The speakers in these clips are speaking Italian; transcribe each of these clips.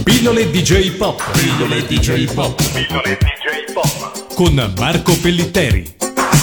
Pillole DJ Pop. Pillole DJ Pop. Pillole DJ Pop. Con Marco Pellitteri.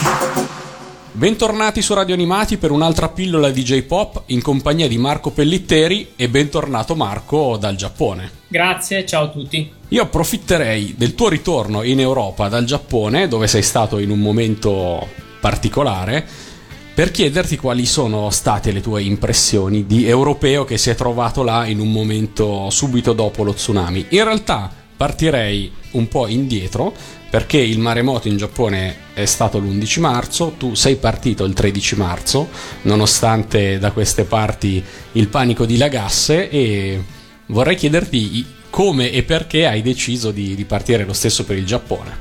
Bentornati su Radio Animati per un'altra pillola DJ Pop in compagnia di Marco Pellitteri e bentornato Marco dal Giappone. Grazie, ciao a tutti. Io approfitterei del tuo ritorno in Europa dal Giappone, dove sei stato in un momento particolare, per chiederti quali sono state le tue impressioni di europeo che si è trovato là in un momento subito dopo lo tsunami. In realtà partirei un po' indietro, perché il maremoto in Giappone è stato l'11 marzo, tu sei partito il 13 marzo, nonostante da queste parti il panico dilagasse, e vorrei chiederti come e perché hai deciso di partire lo stesso per il Giappone.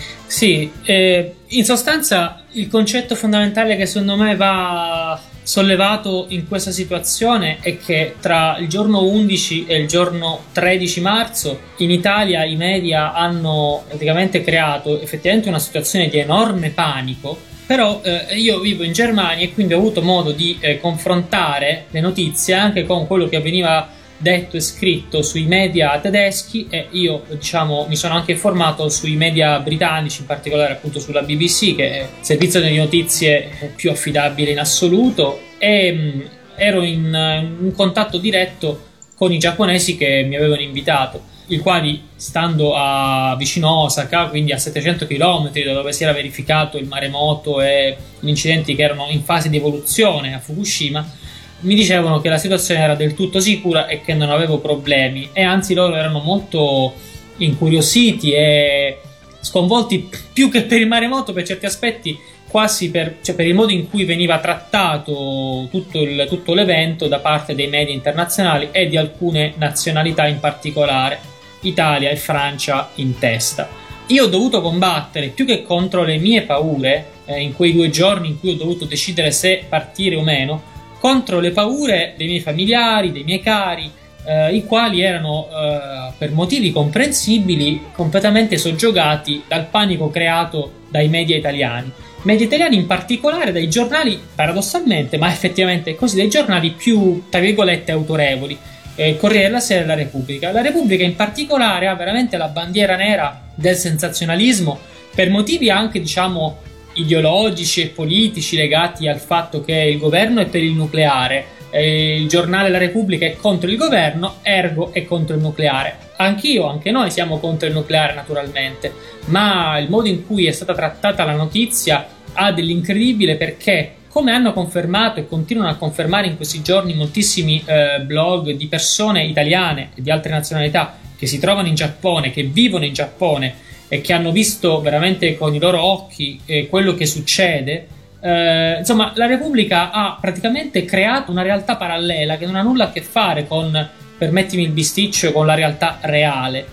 Sì, in sostanza il concetto fondamentale che secondo me va sollevato in questa situazione è che tra il giorno 11 e il giorno 13 marzo in Italia i media hanno praticamente creato effettivamente una situazione di enorme panico, però io vivo in Germania e quindi ho avuto modo di confrontare le notizie anche con quello che veniva detto e scritto sui media tedeschi, e io mi sono anche informato sui media britannici, in particolare appunto sulla BBC, che è il servizio di notizie più affidabile in assoluto, e ero in contatto diretto con i giapponesi che mi avevano invitato, i quali, stando vicino a Osaka, quindi a 700 km da dove si era verificato il maremoto e gli incidenti che erano in fase di evoluzione a Fukushima, mi dicevano che la situazione era del tutto sicura e che non avevo problemi, e anzi loro erano molto incuriositi e sconvolti più che per il maremoto, per certi aspetti quasi per il modo in cui veniva trattato tutto l'evento da parte dei media internazionali e di alcune nazionalità in particolare, Italia e Francia in testa. Io ho dovuto combattere più che contro le mie paure in quei 2 giorni in cui ho dovuto decidere se partire o meno, contro le paure dei miei familiari, dei miei cari, i quali erano, per motivi comprensibili, completamente soggiogati dal panico creato dai media italiani. Media italiani in particolare, dai giornali, paradossalmente, ma effettivamente è così, dai giornali più, tra virgolette, autorevoli. Corriere della Sera e La Repubblica. La Repubblica in particolare ha veramente la bandiera nera del sensazionalismo, per motivi anche, ideologici e politici legati al fatto che il governo è per il nucleare, il giornale La Repubblica è contro il governo, ergo è contro il nucleare. Anch'io, anche noi siamo contro il nucleare naturalmente, ma il modo in cui è stata trattata la notizia ha dell'incredibile, perché, come hanno confermato e continuano a confermare in questi giorni moltissimi blog di persone italiane e di altre nazionalità che si trovano in Giappone, che vivono in Giappone e che hanno visto veramente con i loro occhi quello che succede, la Repubblica ha praticamente creato una realtà parallela che non ha nulla a che fare con, permettimi il bisticcio, con la realtà reale.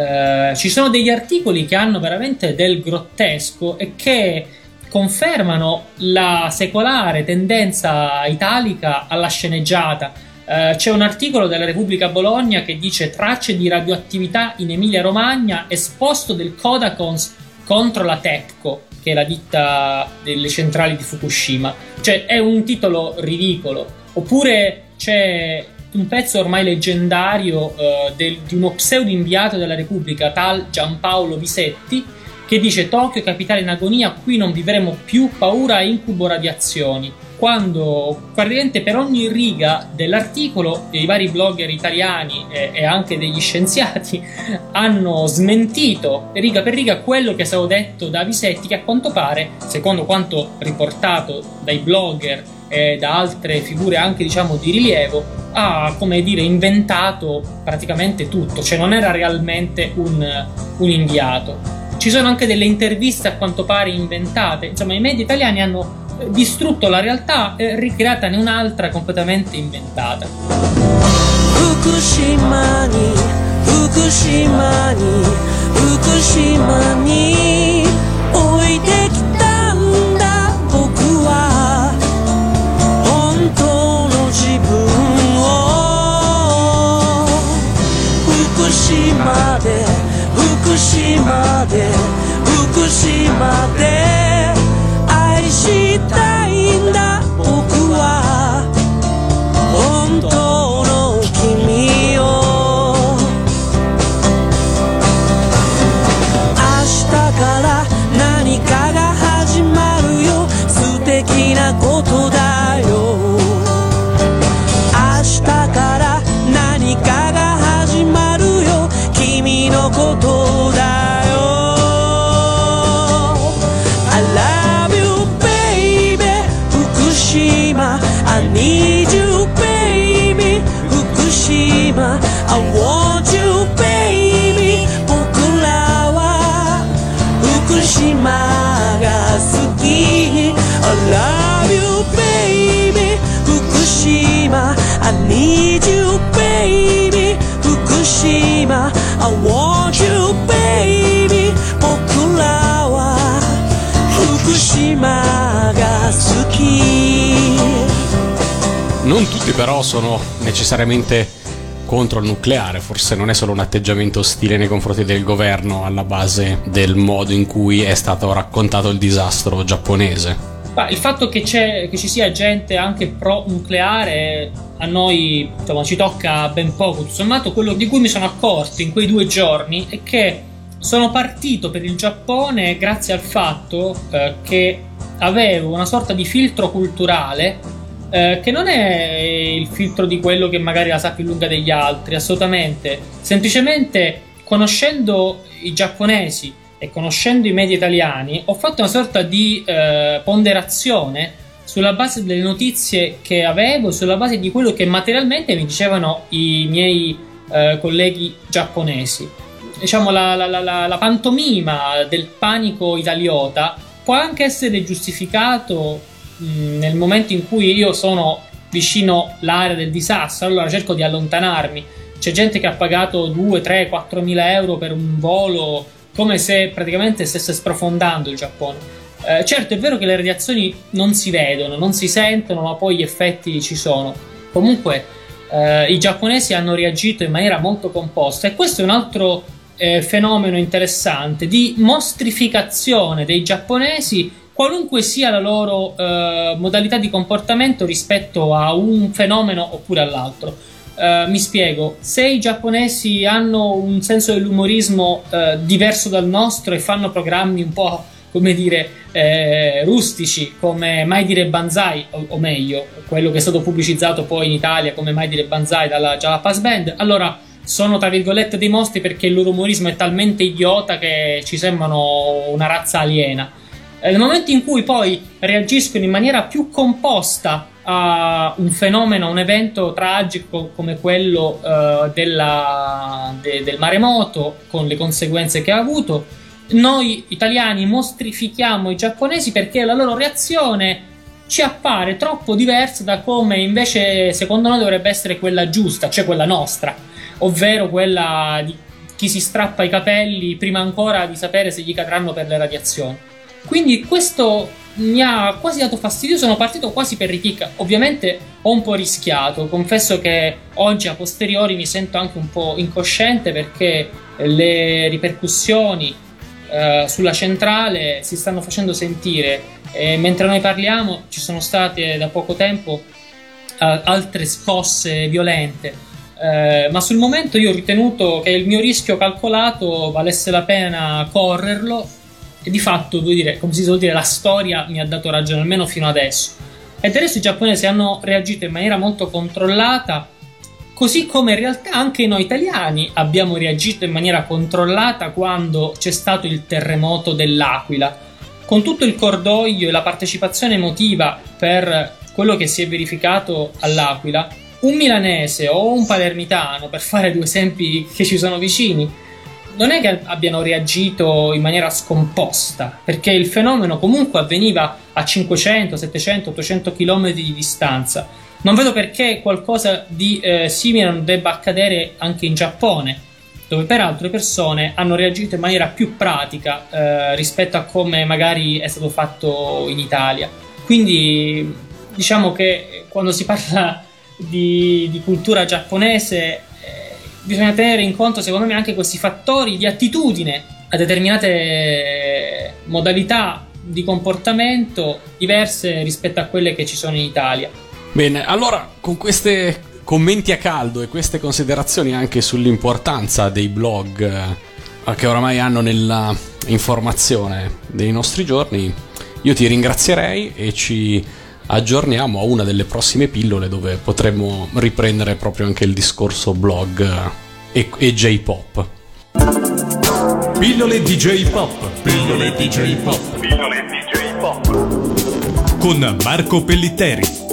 Ci sono degli articoli che hanno veramente del grottesco e che confermano la secolare tendenza italica alla sceneggiata. C'è un articolo della Repubblica Bologna che dice: tracce di radioattività in Emilia Romagna, esposto del Kodakons contro la TEPCO, che è la ditta delle centrali di Fukushima. Cioè, è un titolo ridicolo. Oppure c'è un pezzo ormai leggendario di uno pseudo inviato della Repubblica, tal Giampaolo Visetti, che dice: Tokyo, capitale in agonia, qui non vivremo più, paura, incubo, radiazioni. Quando praticamente per ogni riga dell'articolo i vari blogger italiani e anche degli scienziati hanno smentito riga per riga quello che è stato detto da Visetti, che a quanto pare, secondo quanto riportato dai blogger e da altre figure anche di rilievo, ha inventato praticamente tutto, cioè non era realmente un inviato. Ci sono anche delle interviste a quanto pare inventate. Insomma, i media italiani hanno distrutto la realtà e ricreatane un'altra completamente inventata. Fukushima ni, Fukushima ni, Fukushima ni oide kita n da boku wa hontou no jibun o Fukushima de, Fukushima de, Fukushima de 愛したいんだ僕は本当の君を I want you baby 僕らは福島が好き Non tutti però sono necessariamente contro il nucleare, forse non è solo un atteggiamento ostile nei confronti del governo alla base del modo in cui è stato raccontato il disastro giapponese. Il fatto che ci sia gente anche pro nucleare a noi, insomma, ci tocca ben poco. Tutto sommato, quello di cui mi sono accorto in quei 2 giorni è che sono partito per il Giappone grazie al fatto che avevo una sorta di filtro culturale che non è il filtro di quello che magari la sa più lunga degli altri, assolutamente. Semplicemente conoscendo i giapponesi e conoscendo i media italiani ho fatto una sorta di ponderazione sulla base delle notizie che avevo, sulla base di quello che materialmente mi dicevano i miei colleghi giapponesi. Diciamo la pantomima del panico italiota può anche essere giustificato nel momento in cui io sono vicino all'area del disastro, allora cerco di allontanarmi. C'è gente che ha pagato 2, 3, 4 mila euro per un volo, come se praticamente stesse sprofondando il Giappone. Certo, è vero che le radiazioni non si vedono, non si sentono, ma poi gli effetti ci sono. Comunque i giapponesi hanno reagito in maniera molto composta, e questo è un altro fenomeno interessante di mostrificazione dei giapponesi, qualunque sia la loro modalità di comportamento rispetto a un fenomeno oppure all'altro. Mi spiego: se i giapponesi hanno un senso dell'umorismo diverso dal nostro e fanno programmi un po', come dire, rustici, come Mai dire Banzai, o meglio, quello che è stato pubblicizzato poi in Italia come Mai dire Banzai dalla Jalapas Band, allora sono tra virgolette dei mostri, perché il loro umorismo è talmente idiota che ci sembrano una razza aliena. Nel momento in cui poi reagiscono in maniera più composta a un fenomeno, a un evento tragico come quello del maremoto, con le conseguenze che ha avuto, noi italiani mostrifichiamo i giapponesi perché la loro reazione ci appare troppo diversa da come invece secondo noi dovrebbe essere quella giusta, cioè quella nostra, ovvero quella di chi si strappa i capelli prima ancora di sapere se gli cadranno per le radiazioni. Quindi questo mi ha quasi dato fastidio, sono partito quasi per ripicca. Ovviamente ho un po' rischiato, confesso che oggi a posteriori mi sento anche un po' incosciente, perché le ripercussioni sulla centrale si stanno facendo sentire, e mentre noi parliamo ci sono state da poco tempo altre scosse violente, ma sul momento io ho ritenuto che il mio rischio calcolato valesse la pena correrlo. E di fatto, vuol dire, come si suol dire, la storia mi ha dato ragione, almeno fino adesso. E del resto i giapponesi hanno reagito in maniera molto controllata, così come in realtà anche noi italiani abbiamo reagito in maniera controllata quando c'è stato il terremoto dell'Aquila. Con tutto il cordoglio e la partecipazione emotiva per quello che si è verificato all'Aquila, un milanese o un palermitano, per fare 2 esempi che ci sono vicini, non è che abbiano reagito in maniera scomposta, perché il fenomeno comunque avveniva a 500, 700, 800 km di distanza. Non vedo perché qualcosa di simile non debba accadere anche in Giappone, dove peraltro le persone hanno reagito in maniera più pratica rispetto a come magari è stato fatto in Italia. Quindi diciamo che quando si parla di cultura giapponese bisogna tenere in conto, secondo me, anche questi fattori di attitudine a determinate modalità di comportamento diverse rispetto a quelle che ci sono in Italia. Bene, allora con questi commenti a caldo e queste considerazioni anche sull'importanza dei blog che oramai hanno nella informazione dei nostri giorni, io ti ringrazierei e ci aggiorniamo a una delle prossime pillole, dove potremo riprendere proprio anche il discorso blog e J-pop. Pillole di J-pop. Pillole di J-pop. Pillole di J-pop. Con Marco Pellitteri.